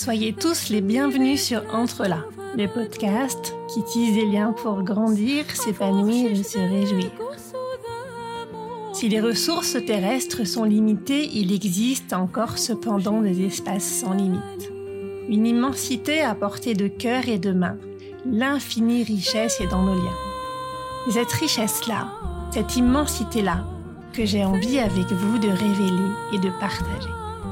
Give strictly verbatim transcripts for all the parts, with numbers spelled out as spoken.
Soyez tous les bienvenus sur Entre là, le podcast qui tisse des liens pour grandir, s'épanouir et se réjouir. Si les ressources terrestres sont limitées, il existe encore cependant des espaces sans limite. Une immensité à portée de cœur et de main. L'infinie richesse est dans nos liens. Et cette richesse-là, cette immensité-là, que j'ai envie avec vous de révéler et de partager.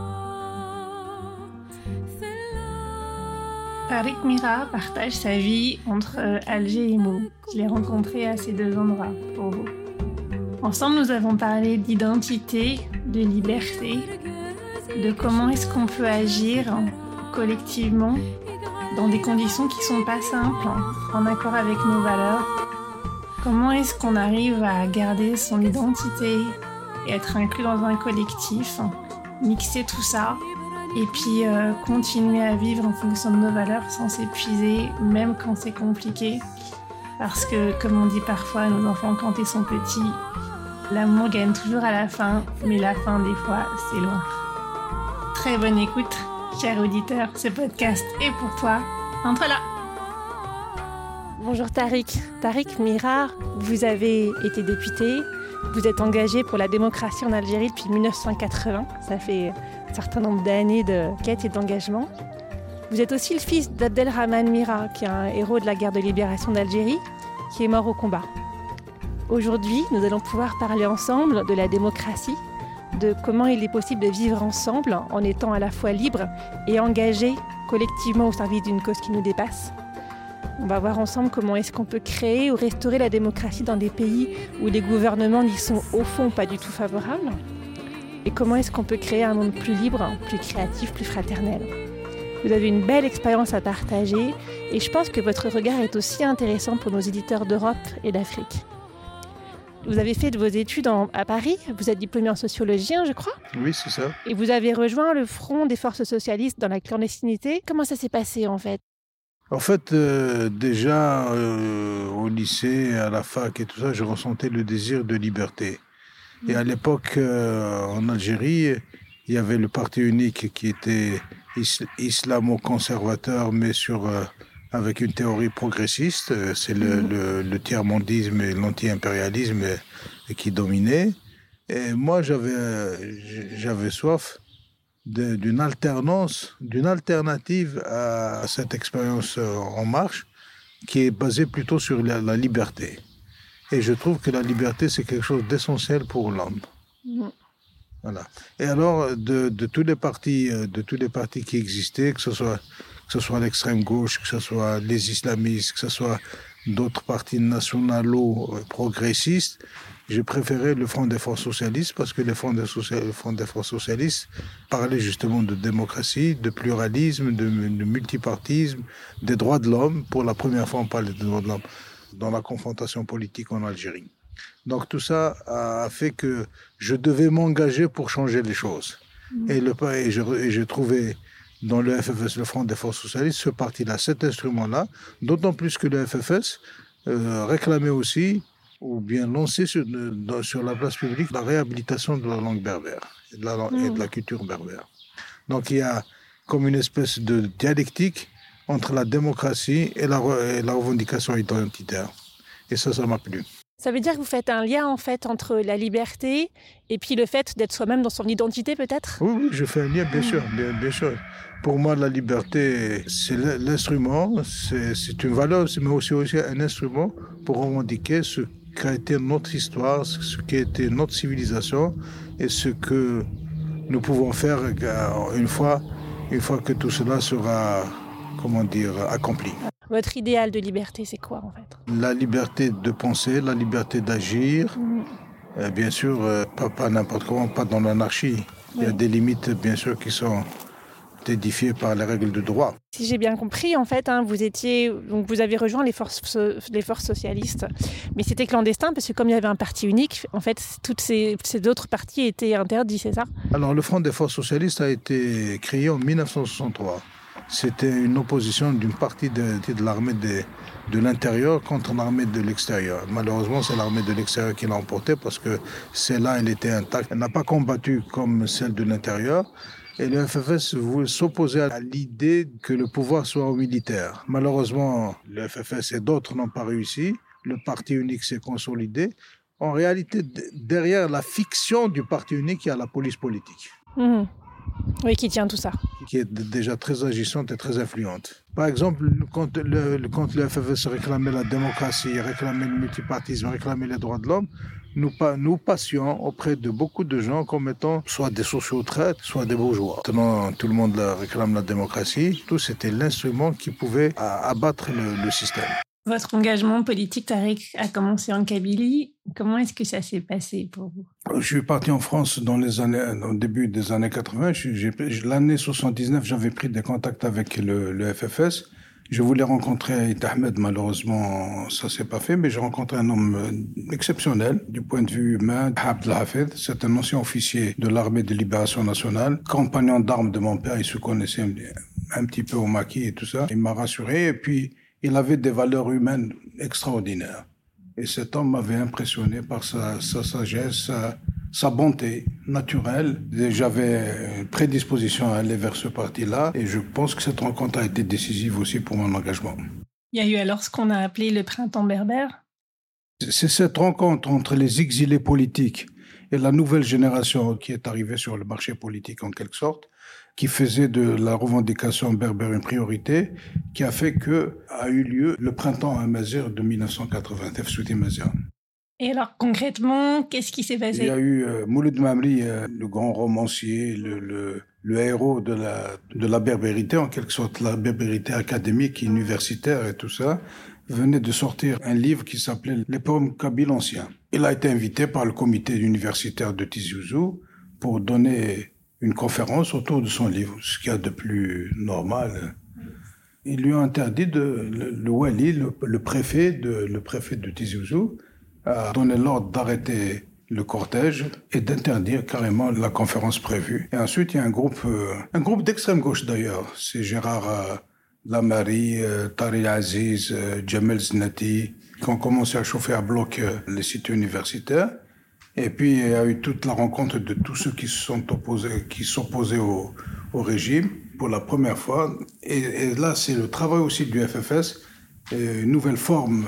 Tariq Mira partage sa vie entre Alger et Meaux. Je l'ai rencontré à ces deux endroits pour vous. Ensemble, nous avons parlé d'identité, de liberté, de comment est-ce qu'on peut agir collectivement dans des conditions qui sont pas simples, en accord avec nos valeurs. Comment est-ce qu'on arrive à garder son identité et être inclus dans un collectif, mixer tout ça et puis euh, continuer à vivre en fonction de nos valeurs sans s'épuiser, même quand c'est compliqué. Parce que, comme on dit parfois à nos enfants quand ils sont petits, l'amour gagne toujours à la fin, mais la fin, des fois, c'est loin. Très bonne écoute, cher auditeur, ce podcast est pour toi. Entre là. Bonjour Tariq. Tariq Mira, vous avez été député, vous êtes engagé pour la démocratie en Algérie depuis dix-neuf cent quatre-vingts. Ça fait un certain nombre d'années de quête et d'engagement. Vous êtes aussi le fils d'Abdelrahman Mira, qui est un héros de la guerre de libération d'Algérie, qui est mort au combat. Aujourd'hui, nous allons pouvoir parler ensemble de la démocratie, de comment il est possible de vivre ensemble en étant à la fois libre et engagé collectivement au service d'une cause qui nous dépasse. On va voir ensemble comment est-ce qu'on peut créer ou restaurer la démocratie dans des pays où les gouvernements n'y sont au fond pas du tout favorables. Et comment est-ce qu'on peut créer un monde plus libre, plus créatif, plus fraternel. Vous avez une belle expérience à partager et je pense que votre regard est aussi intéressant pour nos éditeurs d'Europe et d'Afrique. Vous avez fait de vos études en, à Paris, vous êtes diplômé en sociologie, je crois. Oui, c'est ça. Et vous avez rejoint le Front des forces socialistes dans la clandestinité. Comment ça s'est passé en fait ? En fait, euh, déjà euh, au lycée, à la fac et tout ça, je ressentais le désir de liberté. Et à l'époque, euh, en Algérie, il y avait le parti unique qui était is- islamo-conservateur, mais sur, euh, avec une théorie progressiste. C'est le, le, le tiers-mondisme et l'anti-impérialisme qui dominaient. Et moi, j'avais, j'avais soif de, d'une alternance, d'une alternative à cette expérience en marche, qui est basée plutôt sur la, la liberté. Et je trouve que la liberté, c'est quelque chose d'essentiel pour l'homme. Mmh. Voilà. Et alors, de, de tous les partis, de tous les partis qui existaient, que ce soit, que ce soit l'extrême gauche, que ce soit les islamistes, que ce soit d'autres partis nationaux progressistes, j'ai préféré le Front des forces socialistes parce que le Front des, Social... le Front des forces socialistes parlait justement de démocratie, de pluralisme, de, de multipartisme, des droits de l'homme. Pour la première fois, on parlait des droits de l'homme dans la confrontation politique en Algérie. Donc tout ça a fait que je devais m'engager pour changer les choses. Mmh. Et, le, et, je, et je trouvais dans le F F S, le Front des forces socialistes, ce parti-là, cet instrument-là, d'autant plus que le F F S euh, réclamait aussi, ou bien lançait sur, de, sur la place publique, la réhabilitation de la langue berbère et de la, mmh. et de la culture berbère. Donc il y a comme une espèce de dialectique entre la démocratie et la, et la revendication identitaire. Et ça, ça m'a plu. Ça veut dire que vous faites un lien, en fait, entre la liberté et puis le fait d'être soi-même dans son identité, peut-être ? Oui, oui, je fais un lien, bien sûr, bien, bien sûr. Pour moi, la liberté, c'est l'instrument, c'est, c'est une valeur, mais aussi, aussi un instrument pour revendiquer ce qu'a été notre histoire, ce qu'a été notre civilisation et ce que nous pouvons faire une fois, une fois que tout cela sera... comment dire, accompli. Votre idéal de liberté, c'est quoi, en fait ? La liberté de penser, la liberté d'agir. Mmh. Euh, bien sûr, euh, pas, pas n'importe comment, pas dans l'anarchie. Oui. Il y a des limites, bien sûr, qui sont édifiées par les règles de droit. Si j'ai bien compris, en fait, hein, vous étiez, donc vous avez rejoint les forces, les forces socialistes, mais c'était clandestin parce que comme il y avait un parti unique, en fait, toutes ces, ces autres partis étaient interdits, c'est ça ? Alors, le Front des forces socialistes a été créé en dix-neuf cent soixante-trois. C'était une opposition d'une partie de, de l'armée de, de l'intérieur contre l'armée de l'extérieur. Malheureusement, c'est l'armée de l'extérieur qui l'a emporté parce que celle-là, elle était intacte. Elle n'a pas combattu comme celle de l'intérieur. Et le F F S s'opposait à l'idée que le pouvoir soit aux militaires. Malheureusement, le F F S et d'autres n'ont pas réussi. Le parti unique s'est consolidé. En réalité, derrière la fiction du parti unique, il y a la police politique. Mmh. Oui, qui tient tout ça. Qui est déjà très agissante et très influente. Par exemple, quand le, quand le F F S réclamait la démocratie, réclamait le multipartisme, réclamait les droits de l'homme, nous, nous passions auprès de beaucoup de gens comme étant soit des sociaux-traites, soit des bourgeois. Maintenant, tout le monde réclame la démocratie. Tout, c'était l'instrument qui pouvait abattre le, le système. Votre engagement politique, Tariq, a commencé en Kabylie. Comment est-ce que ça s'est passé pour vous? Je suis parti en France dans les années, au début des années quatre-vingts. J'ai, j'ai, l'année soixante-dix-neuf, j'avais pris des contacts avec le, le F F S. Je voulais rencontrer Aït Ahmed. Malheureusement, ça s'est pas fait, mais j'ai rencontré un homme exceptionnel du point de vue humain, Abdel Hafid. C'est un ancien officier de l'armée de libération nationale, compagnon d'armes de mon père. Il se connaissait un petit peu au maquis et tout ça. Il m'a rassuré et puis il avait des valeurs humaines extraordinaires. Et cet homme m'avait impressionné par sa, sa sagesse, sa, sa bonté naturelle. Et j'avais une prédisposition à aller vers ce parti-là. Et je pense que cette rencontre a été décisive aussi pour mon engagement. Il y a eu alors ce qu'on a appelé le printemps berbère. C'est cette rencontre entre les exilés politiques et la nouvelle génération qui est arrivée sur le marché politique en quelque sorte, qui faisait de la revendication berbère une priorité, qui a fait que a eu lieu le printemps à Mazir de dix-neuf cent quatre-vingts, Tefsouti Mazir. Et alors concrètement, qu'est-ce qui s'est passé? Il y a eu euh, Mouloud Mamri, euh, le grand romancier, le, le, le héros de la, de la berbérité, en quelque sorte la berbérité académique, universitaire et tout ça, venait de sortir un livre qui s'appelait Les poèmes kabyles anciens. Il a été invité par le comité universitaire de Tizi Ouzou pour donner une conférence autour de son livre, ce qu'il y a de plus normal. Ils lui ont interdit de, le, le wali, le, le préfet de, le préfet de Tizi Ouzou, a donné l'ordre d'arrêter le cortège et d'interdire carrément la conférence prévue. Et ensuite, il y a un groupe, euh, un groupe d'extrême gauche d'ailleurs. C'est Gérard euh, Lamari, euh, Tari Aziz, euh, Jamel Znati, qui ont commencé à chauffer à bloc euh, les sites universitaires. Et puis, il y a eu toute la rencontre de tous ceux qui se sont opposés, qui s'opposaient au, au régime pour la première fois. Et, et là, c'est le travail aussi du F F S, une nouvelle forme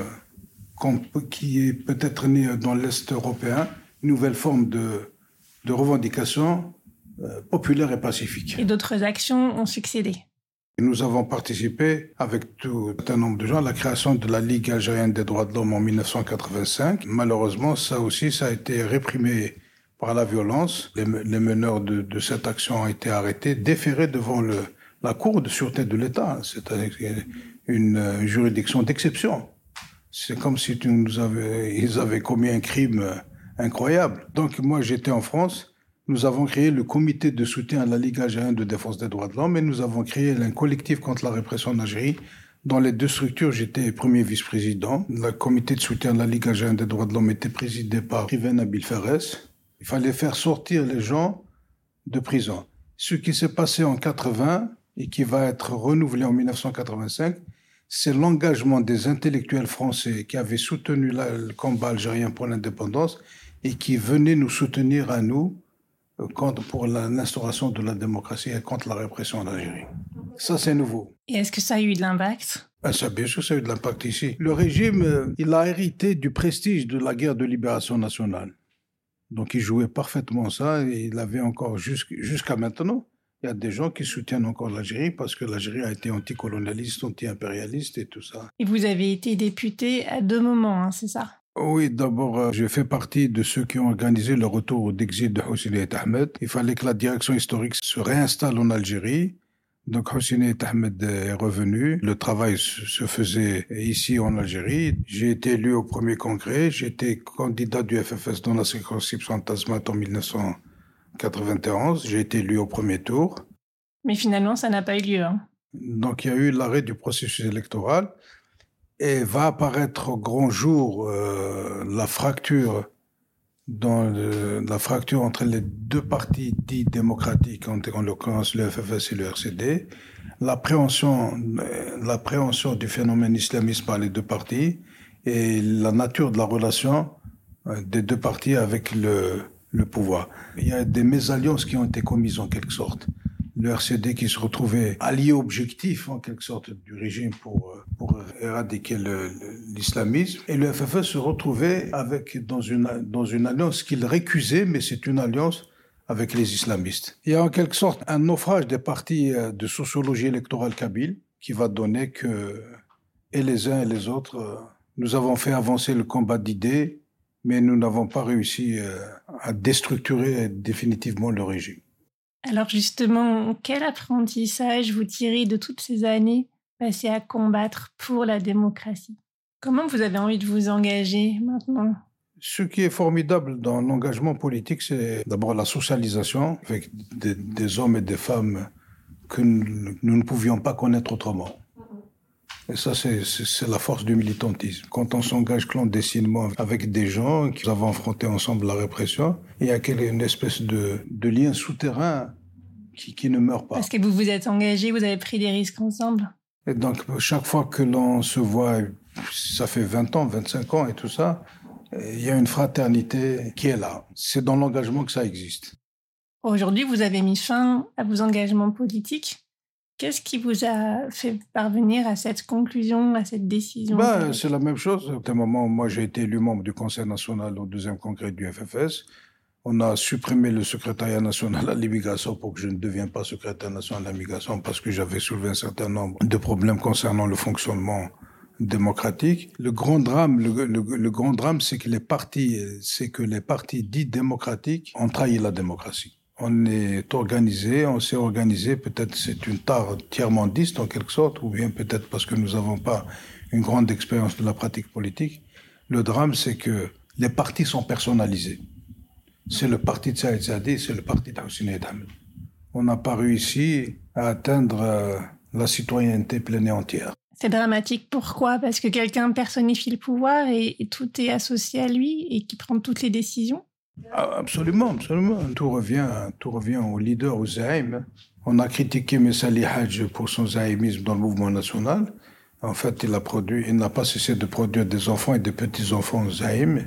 qui est peut-être née dans l'Est européen, une nouvelle forme de, de revendication euh, populaire et pacifique. Et d'autres actions ont succédé. Nous avons participé avec tout un nombre de gens à la création de la Ligue algérienne des droits de l'homme en dix-neuf cent quatre-vingt-cinq. Malheureusement, ça aussi, ça a été réprimé par la violence. Les, les meneurs de, de cette action ont été arrêtés, déférés devant le, la Cour de sûreté de l'État. C'est une, une juridiction d'exception. C'est comme si tu nous avais, ils avaient commis un crime incroyable. Donc moi, j'étais en France. Nous avons créé le comité de soutien à la Ligue algérienne de défense des droits de l'homme et nous avons créé un collectif contre la répression en Algérie. Dans les deux structures, j'étais premier vice-président. Le comité de soutien à la Ligue algérienne des droits de l'homme était présidé par Riven Abil Fares. Il fallait faire sortir les gens de prison. Ce qui s'est passé en quatre-vingts et qui va être renouvelé en dix-neuf cent quatre-vingt-cinq, c'est l'engagement des intellectuels français qui avaient soutenu la, le combat algérien pour l'indépendance et qui venaient nous soutenir à nous contre, pour la, l'instauration de la démocratie et contre la répression en Algérie. Ça, c'est nouveau. Et est-ce que ça a eu de l'impact? Ah, ça, bien sûr, ça a eu de l'impact ici. Le régime, il a hérité du prestige de la guerre de libération nationale. Donc, il jouait parfaitement ça et il avait encore jusqu'à maintenant. Il y a des gens qui soutiennent encore l'Algérie parce que l'Algérie a été anticolonialiste, anti-impérialiste et tout ça. Et vous avez été député à deux moments, hein, c'est ça? Oui, d'abord, euh, je fais partie de ceux qui ont organisé le retour d'exil de Hosni Aït Ahmed. Il fallait que la direction historique se réinstalle en Algérie. Donc, Hosni Aït Ahmed est revenu. Le travail se faisait ici en Algérie. J'ai été élu au premier congrès. J'ai été candidat du F F S dans la circonscription de Tazmalt en dix-neuf cent quatre-vingt-onze. J'ai été élu au premier tour. Mais finalement, ça n'a pas eu lieu. Hein. Donc, il y a eu l'arrêt du processus électoral. Et va apparaître au grand jour euh, la fracture dans le, la fracture entre les deux partis dits démocratiques, en, en l'occurrence le F F S et le R C D, l'appréhension, l'appréhension du phénomène islamiste par les deux partis et la nature de la relation des deux partis avec le, le pouvoir. Il y a des mésalliances qui ont été commises en quelque sorte. le R C D qui se retrouvait allié objectif, en quelque sorte, du régime pour, pour éradiquer le, le, l'islamisme. Et le F F E se retrouvait avec, dans une, dans une alliance qu'il récusait, mais c'est une alliance avec les islamistes. Il y a en quelque sorte un naufrage des partis de sociologie électorale kabyle qui va donner que, et les uns et les autres, nous avons fait avancer le combat d'idées, mais nous n'avons pas réussi à déstructurer définitivement le régime. Alors justement, quel apprentissage vous tirez de toutes ces années passées à combattre pour la démocratie ? Comment vous avez envie de vous engager maintenant ? Ce qui est formidable dans l'engagement politique, c'est d'abord la socialisation avec des, des hommes et des femmes que nous, nous ne pouvions pas connaître autrement. Et ça, c'est, c'est, c'est la force du militantisme. Quand on s'engage clandestinement avec des gens qui avons affronté ensemble la répression, il y a une espèce de, de lien souterrain qui, qui ne meurt pas. Parce que vous vous êtes engagés, vous avez pris des risques ensemble. Et donc, chaque fois que l'on se voit, ça fait vingt ans, vingt-cinq ans et tout ça, il y a une fraternité qui est là. C'est dans l'engagement que ça existe. Aujourd'hui, vous avez mis fin à vos engagements politiques. Qu'est-ce qui vous a fait parvenir à cette conclusion, à cette décision ? Ben, c'est la même chose. À un moment, moi, j'ai été élu membre du Conseil national au deuxième congrès du F F S. On a supprimé le secrétariat national à l'immigration pour que je ne devienne pas secrétaire national à l'immigration parce que j'avais soulevé un certain nombre de problèmes concernant le fonctionnement démocratique. Le grand drame, le, le, le grand drame, c'est que les partis, c'est que les partis dits démocratiques ont trahi la démocratie. On est organisé, on s'est organisé, peut-être c'est une tare tiers-mondiste en quelque sorte, ou bien peut-être parce que nous n'avons pas une grande expérience de la pratique politique. Le drame, c'est que les partis sont personnalisés. C'est le parti de Saïd Saadi, c'est le parti d'Hossein Ahmed. On n'a pas réussi à atteindre la citoyenneté pleine et entière. C'est dramatique. Pourquoi ? Parce que quelqu'un personnifie le pouvoir et, et tout est associé à lui et qui prend toutes les décisions ? Ah, absolument, absolument. Tout revient, tout revient au leader, au zaïm. On a critiqué M. Ali Hadj pour son zaïmisme dans le mouvement national. En fait, il a produit, il n'a pas cessé de produire des enfants et des petits-enfants zaïm,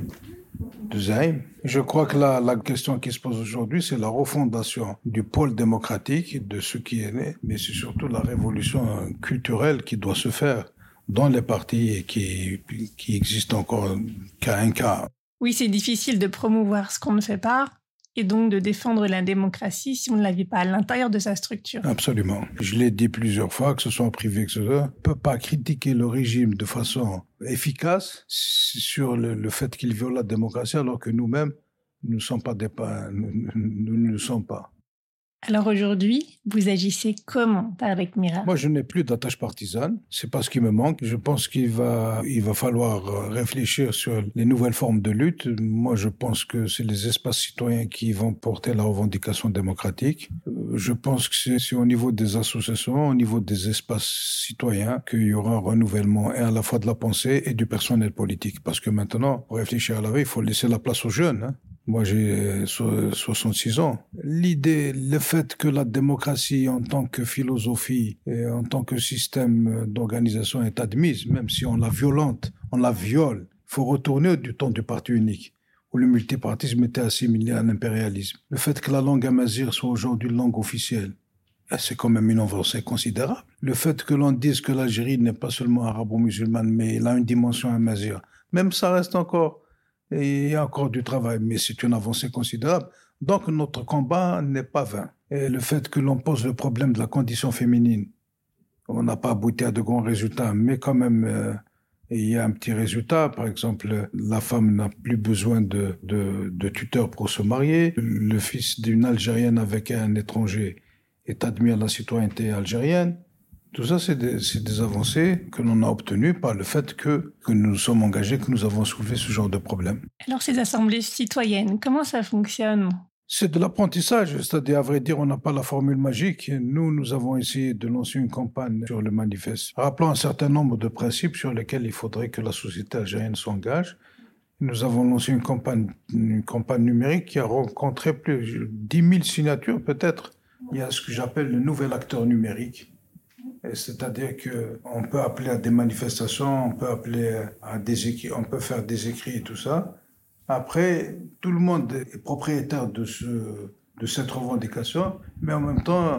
de zaïm. Je crois que la, la question qui se pose aujourd'hui, c'est la refondation du pôle démocratique, de ce qui est né, mais c'est surtout la révolution culturelle qui doit se faire dans les partis et qui, qui existe encore qu'à un cas. Oui, c'est difficile de promouvoir ce qu'on ne fait pas et donc de défendre la démocratie si on ne la vit pas à l'intérieur de sa structure. Absolument. Je l'ai dit plusieurs fois, que ce soit en privé, que ce soit, on ne peut pas critiquer le régime de façon efficace sur le, le fait qu'il viole la démocratie alors que nous-mêmes, nous ne sommes pas des pas, nous, nous ne le sommes pas. Alors aujourd'hui, vous agissez comment avec Mira ? Moi, je n'ai plus d'attache partisane. C'est pas ce qui me manque. Je pense qu'il va, il va falloir réfléchir sur les nouvelles formes de lutte. Moi, je pense que c'est les espaces citoyens qui vont porter la revendication démocratique. Je pense que c'est, c'est au niveau des associations, au niveau des espaces citoyens qu'il y aura un renouvellement et à la fois de la pensée et du personnel politique. Parce que maintenant, pour réfléchir à la vie, il faut laisser la place aux jeunes, hein. Moi, j'ai soixante-six ans. L'idée, le fait que la démocratie en tant que philosophie et en tant que système d'organisation est admise, même si on la violente, on la viole, il faut retourner du temps du parti unique, où le multipartisme était assimilé à l'impérialisme. Le fait que la langue amazigh soit aujourd'hui langue officielle, c'est quand même une avancée considérable. Le fait que l'on dise que l'Algérie n'est pas seulement arabo-musulmane, mais elle a une dimension amazigh, même ça reste encore... Et il y a encore du travail, mais c'est une avancée considérable. Donc notre combat n'est pas vain. Et le fait que l'on pose le problème de la condition féminine, on n'a pas abouti à de grands résultats, mais quand même, euh, il y a un petit résultat. Par exemple, la femme n'a plus besoin de, de, de tuteur pour se marier. Le fils d'une Algérienne avec un étranger est admis à la citoyenneté algérienne. Tout ça, c'est des, c'est des avancées que l'on a obtenues par le fait que, que nous nous sommes engagés, que nous avons soulevé ce genre de problème. Alors, ces assemblées citoyennes, comment ça fonctionne ? C'est de l'apprentissage, c'est-à-dire, à vrai dire, on n'a pas la formule magique. Nous, nous avons essayé de lancer une campagne sur le manifeste, rappelant un certain nombre de principes sur lesquels il faudrait que la société algérienne s'engage. Nous avons lancé une campagne, une campagne numérique qui a rencontré plus de dix mille signatures, peut-être. Il y a ce que j'appelle le nouvel acteur numérique. C'est-à-dire qu'on peut appeler à des manifestations, on peut appeler à des écrits, on peut faire des écrits et tout ça. Après, tout le monde est propriétaire de, ce, de cette revendication, mais en même temps,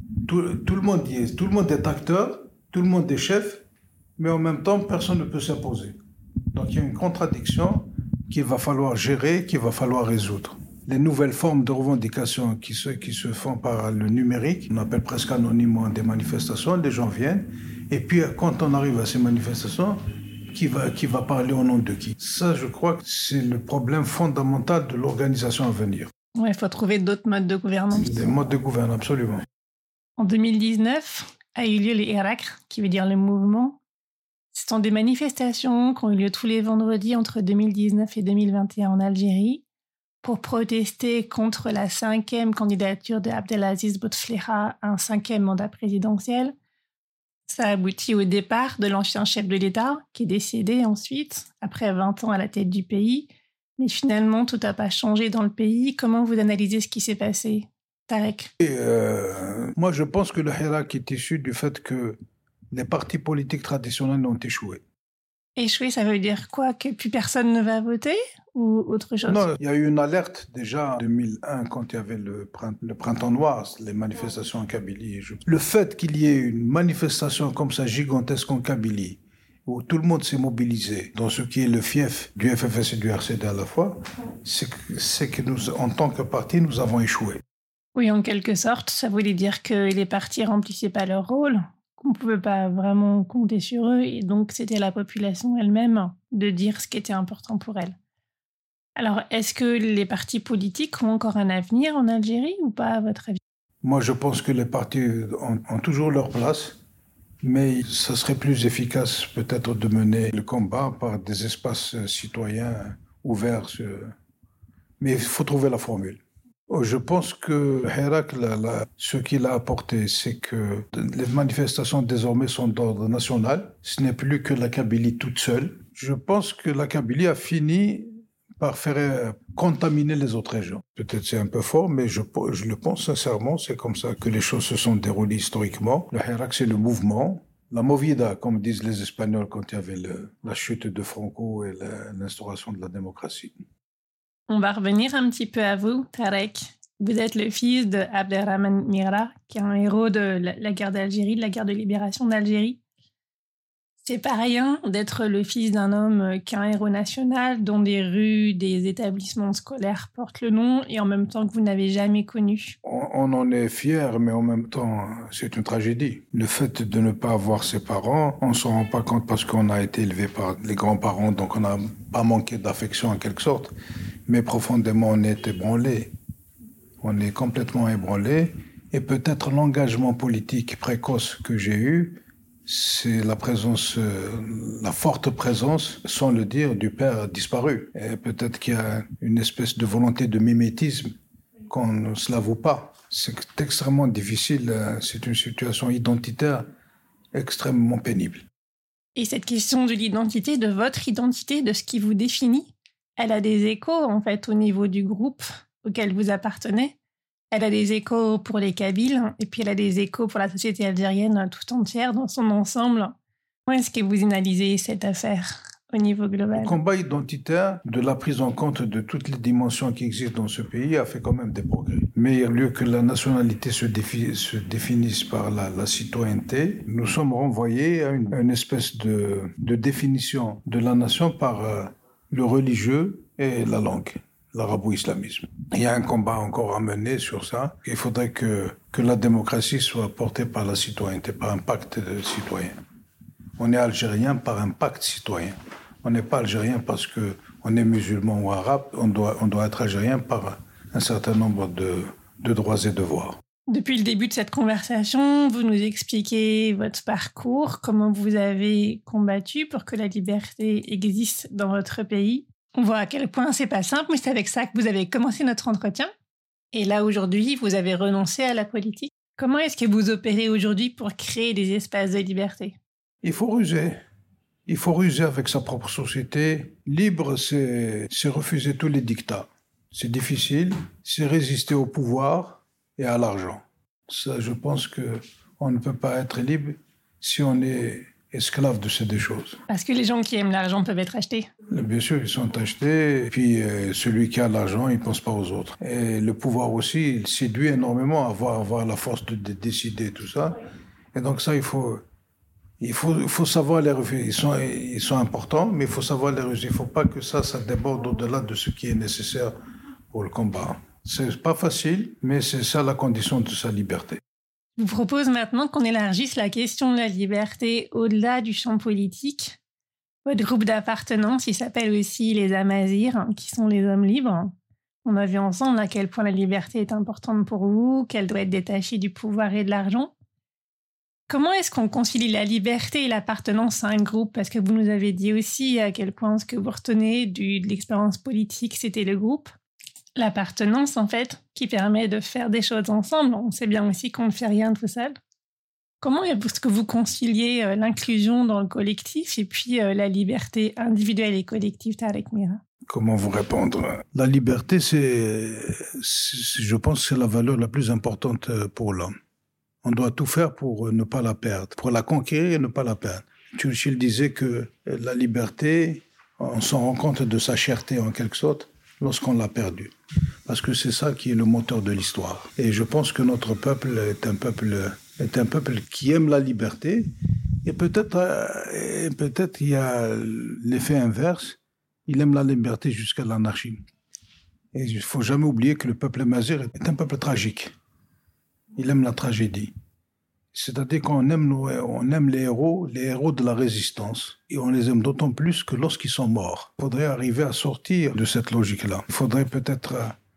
Tout, tout, le monde y est, tout le monde est acteur, tout le monde est chef, mais en même temps, personne ne peut s'imposer. Donc il y a une contradiction qu'il va falloir gérer, qu'il va falloir résoudre. Les nouvelles formes de revendication qui se, qui se font par le numérique, on appelle presque anonymement des manifestations, les gens viennent, et puis quand on arrive à ces manifestations, qui va, qui va parler au nom de qui? Ça, je crois que c'est le problème fondamental de l'organisation à venir. Ouais, il faut trouver d'autres modes de gouvernance. Des modes de gouvernance, absolument. En deux mille dix-neuf, a eu lieu les Hirak, qui veut dire le mouvement. Ce sont des manifestations qui ont eu lieu tous les vendredis entre deux mille dix-neuf et deux mille vingt et un en Algérie pour protester contre la cinquième candidature de Abdelaziz Bouteflika à un cinquième mandat présidentiel. Ça a abouti au départ de l'ancien chef de l'État, qui est décédé ensuite, après vingt ans à la tête du pays. Mais finalement, tout n'a pas changé dans le pays. Comment vous analysez ce qui s'est passé, Tarek? Et euh, moi, je pense que le Hirak est issu du fait que les partis politiques traditionnels ont échoué. Échoué, ça veut dire quoi? Que plus personne ne va voter ou autre chose? Non, il y a eu une alerte déjà en deux mille un quand il y avait le, print- le printemps noir, les manifestations en Kabylie. Je- Le fait qu'il y ait une manifestation comme ça gigantesque en Kabylie, où tout le monde s'est mobilisé dans ce qui est le fief du F F S et du R C D à la fois, c'est que, c'est que nous, en tant que parti, nous avons échoué. Oui, en quelque sorte, ça voulait dire que les partis remplissaient pas leur rôle, qu'on ne pouvait pas vraiment compter sur eux, et donc c'était la population elle-même de dire ce qui était important pour elle. Alors, est-ce que les partis politiques ont encore un avenir en Algérie ou pas, à votre avis? Moi, je pense que les partis ont, ont toujours leur place, mais ça serait plus efficace peut-être de mener le combat par des espaces citoyens ouverts. Mais il faut trouver la formule. Je pense que Hirak, la, la, ce qu'il a apporté, c'est que les manifestations désormais sont d'ordre national. Ce n'est plus que la Kabylie toute seule. Je pense que la Kabylie a fini par faire contaminer les autres régions. Peut-être c'est un peu fort, mais je, je le pense sincèrement. C'est comme ça que les choses se sont déroulées historiquement. Le Hirak, c'est le mouvement. La movida, comme disent les Espagnols quand il y avait le, la chute de Franco et la, l'instauration de la démocratie. On va revenir un petit peu à vous, Tarek. Vous êtes le fils de Abderrahmane Mira, qui est un héros de la, la guerre d'Algérie, de la guerre de libération d'Algérie. C'est pas rien d'être le fils d'un homme qui est un héros national, dont des rues, des établissements scolaires portent le nom, et en même temps que vous n'avez jamais connu. On, on en est fier, mais en même temps, c'est une tragédie. Le fait de ne pas avoir ses parents, on s'en rend pas compte parce qu'on a été élevé par les grands-parents, donc on n'a pas manqué d'affection en quelque sorte. Mais profondément, on est ébranlé. On est complètement ébranlé. Et peut-être l'engagement politique précoce que j'ai eu, c'est la présence, la forte présence, sans le dire, du père disparu. Et peut-être qu'il y a une espèce de volonté de mimétisme qu'on ne se l'avoue pas. C'est extrêmement difficile. C'est une situation identitaire extrêmement pénible. Et cette question de l'identité, de votre identité, de ce qui vous définit, elle a des échos, en fait, au niveau du groupe auquel vous appartenez. Elle a des échos pour les Kabyles, et puis elle a des échos pour la société algérienne tout entière, dans son ensemble. Comment est-ce que vous analysez cette affaire au niveau global? Le combat identitaire, de la prise en compte de toutes les dimensions qui existent dans ce pays, a fait quand même des progrès. Mais au lieu que la nationalité se, défi- se définisse par la, la citoyenneté, nous sommes renvoyés à une, à une espèce de, de définition de la nation par euh, le religieux et la langue, l'arabo-islamisme. Il y a un combat encore à mener sur ça. Il faudrait que, que la démocratie soit portée par la citoyenneté, par un pacte de citoyens. On est algérien par un pacte citoyen. On n'est pas algérien parce qu'on est musulman ou arabe. On doit, on doit être algérien par un certain nombre de, de droits et devoirs. Depuis le début de cette conversation, vous nous expliquez votre parcours, comment vous avez combattu pour que la liberté existe dans votre pays. On voit à quel point c'est pas simple, mais c'est avec ça que vous avez commencé notre entretien. Et là, aujourd'hui, vous avez renoncé à la politique. Comment est-ce que vous opérez aujourd'hui pour créer des espaces de liberté? Il faut ruser. Il faut ruser avec sa propre société. Libre, c'est, c'est refuser tous les dictats. C'est difficile. C'est résister au pouvoir et à l'argent. Ça, je pense qu'on ne peut pas être libre si on est esclaves de ces deux choses. Parce que les gens qui aiment l'argent peuvent être achetés. Bien sûr, ils sont achetés, et puis euh, celui qui a l'argent, il ne pense pas aux autres. Et le pouvoir aussi, il séduit énormément à avoir, avoir la force de, de décider tout ça. Et donc ça, il faut, il faut, il faut savoir les refuser. Ils sont, ils sont importants, mais il faut savoir les refuser. Il ne faut pas que ça, ça déborde au-delà de ce qui est nécessaire pour le combat. C'est pas facile, mais c'est ça la condition de sa liberté. Je vous propose maintenant qu'on élargisse la question de la liberté au-delà du champ politique. Votre groupe d'appartenance, il s'appelle aussi les Amazirs, qui sont les hommes libres. On a vu ensemble à quel point la liberté est importante pour vous, qu'elle doit être détachée du pouvoir et de l'argent. Comment est-ce qu'on concilie la liberté et l'appartenance à un groupe? Parce que vous nous avez dit aussi à quel point ce que vous retenez du, de l'expérience politique, c'était le groupe. L'appartenance, en fait, qui permet de faire des choses ensemble. On sait bien aussi qu'on ne fait rien tout seul. Comment est-ce que vous conciliez euh, l'inclusion dans le collectif et puis euh, la liberté individuelle et collective, Tarek Mira? Comment vous répondre? La liberté, c'est, c'est, je pense que c'est la valeur la plus importante pour l'homme. On doit tout faire pour ne pas la perdre, pour la conquérir et ne pas la perdre. Churchill disait que la liberté, on s'en rend compte de sa cherté en quelque sorte lorsqu'on l'a perdue. Parce que c'est ça qui est le moteur de l'histoire. Et je pense que notre peuple est un peuple, est un peuple qui aime la liberté. Et peut-être, et peut-être il y a l'effet inverse. Il aime la liberté jusqu'à l'anarchie. Et il ne faut jamais oublier que le peuple amazigh est un peuple tragique. Il aime la tragédie. C'est-à-dire qu'on aime, nos, on aime les héros, les héros de la résistance. Et on les aime d'autant plus que lorsqu'ils sont morts. Il faudrait arriver à sortir de cette logique-là. Il faudrait peut-être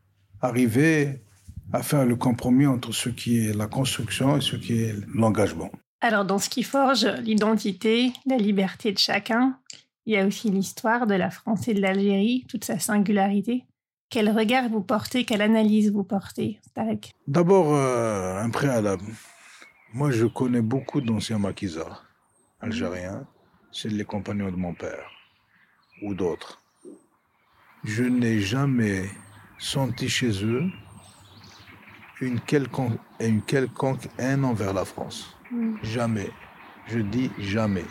arriver à faire le compromis entre ce qui est la construction et ce qui est l'engagement. Alors, dans ce qui forge l'identité, la liberté de chacun, il y a aussi l'histoire de la France et de l'Algérie, toute sa singularité. Quel regard vous portez, quelle analyse vous portez, Tarek? D'abord, euh, un préalable. Moi, je connais beaucoup d'anciens maquisards algériens. C'est les compagnons de mon père ou d'autres. Je n'ai jamais senti chez eux une quelconque, une quelconque haine envers la France. Mm. Jamais. Je dis jamais.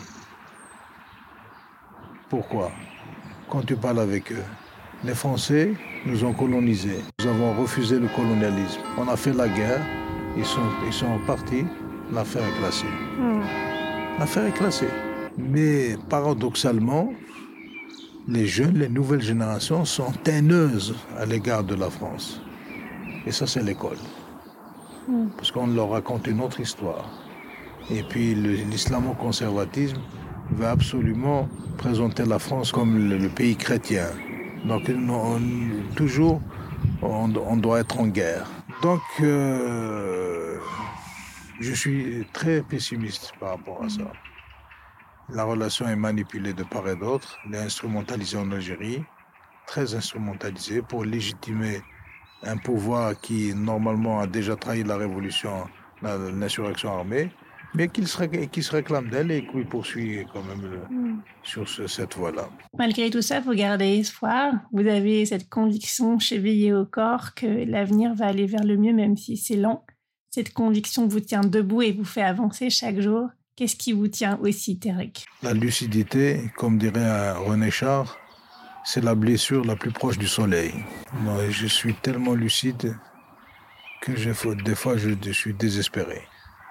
Pourquoi? Quand tu parles avec eux, les Français nous ont colonisés. Nous avons refusé le colonialisme. On a fait la guerre. Ils sont, ils sont partis. L'affaire est classée. Mmh. L'affaire est classée. Mais paradoxalement, les jeunes, les nouvelles générations sont haineuses à l'égard de la France. Et ça, c'est l'école. Mmh. Parce qu'on leur raconte une autre histoire. Et puis le, l'islamo-conservatisme veut absolument présenter la France comme le, le pays chrétien. Donc on, toujours, on, on doit être en guerre. Donc... Euh, Je suis très pessimiste par rapport à ça. La relation est manipulée de part et d'autre, elle est instrumentalisée en Algérie, très instrumentalisée pour légitimer un pouvoir qui, normalement, a déjà trahi la révolution, la, l'insurrection armée, mais qui se, qui se réclame d'elle et qui poursuit quand même le, mm. sur ce, cette voie-là. Malgré tout ça, vous gardez espoir. Vous avez cette conviction chevillée au corps que l'avenir va aller vers le mieux, même si c'est lent. Cette conviction vous tient debout et vous fait avancer chaque jour. Qu'est-ce qui vous tient aussi, Tarek? La lucidité, comme dirait René Char, c'est la blessure la plus proche du soleil. Moi, je suis tellement lucide que je, des fois je, je suis désespéré.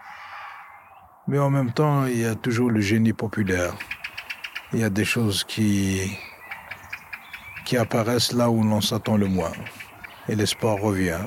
Mais en même temps, il y a toujours le génie populaire. Il y a des choses qui, qui apparaissent là où l'on s'attend le moins. Et l'espoir revient.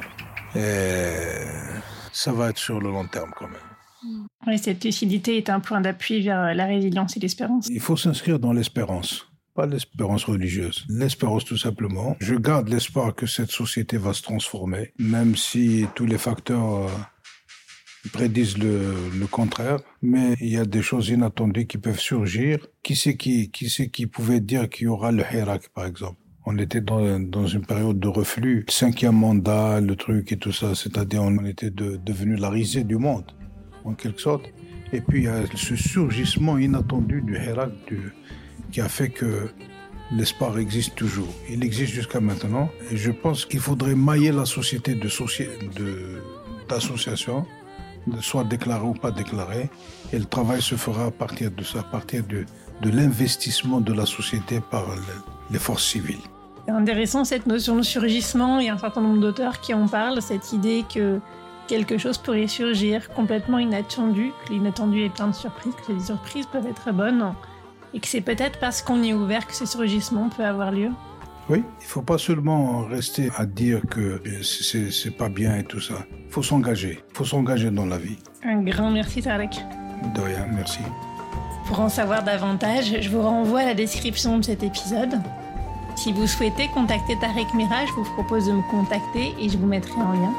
Et ça va être sur le long terme quand même. Oui, cette lucidité est un point d'appui vers la résilience et l'espérance. Il faut s'inscrire dans l'espérance, pas l'espérance religieuse. L'espérance tout simplement. Je garde l'espoir que cette société va se transformer, même si tous les facteurs euh, prédisent le, le contraire. Mais il y a des choses inattendues qui peuvent surgir. Qui c'est qui, qui, c'est qui pouvait dire qu'il y aura le Hirak, par exemple? On était dans, dans une période de reflux, le cinquième mandat, le truc et tout ça, c'est-à-dire on était de, devenu la risée du monde, en quelque sorte. Et puis il y a ce surgissement inattendu du Hirak du, qui a fait que l'espoir existe toujours. Il existe jusqu'à maintenant. Et je pense qu'il faudrait mailler la société de soci... de, d'associations soit déclaré ou pas déclaré. Et le travail se fera à partir de ça, à partir de, de l'investissement de la société par le, les forces civiles. C'est intéressant cette notion de surgissement. Il y a un certain nombre d'auteurs qui en parlent, cette idée que quelque chose pourrait surgir complètement inattendu, que l'inattendu est plein de surprises, que les surprises peuvent être bonnes, et que c'est peut-être parce qu'on y est ouvert que ce surgissement peut avoir lieu. Oui, il ne faut pas seulement rester à dire que c'est, c'est pas bien et tout ça. Il faut s'engager, il faut s'engager dans la vie. Un grand merci Tarek. De rien, merci. Pour en savoir davantage, je vous renvoie à la description de cet épisode. Si vous souhaitez contacter Tarek Mira, je vous propose de me contacter et je vous mettrai en lien.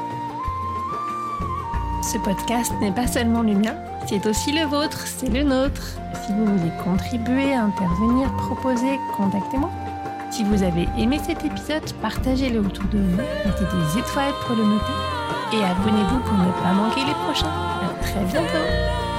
Ce podcast n'est pas seulement le mien, c'est aussi le vôtre, c'est le nôtre. Si vous voulez contribuer, intervenir, proposer, contactez-moi. Si vous avez aimé cet épisode, partagez-le autour de vous, mettez des étoiles pour le noter et abonnez-vous pour ne pas manquer les prochains. À très bientôt.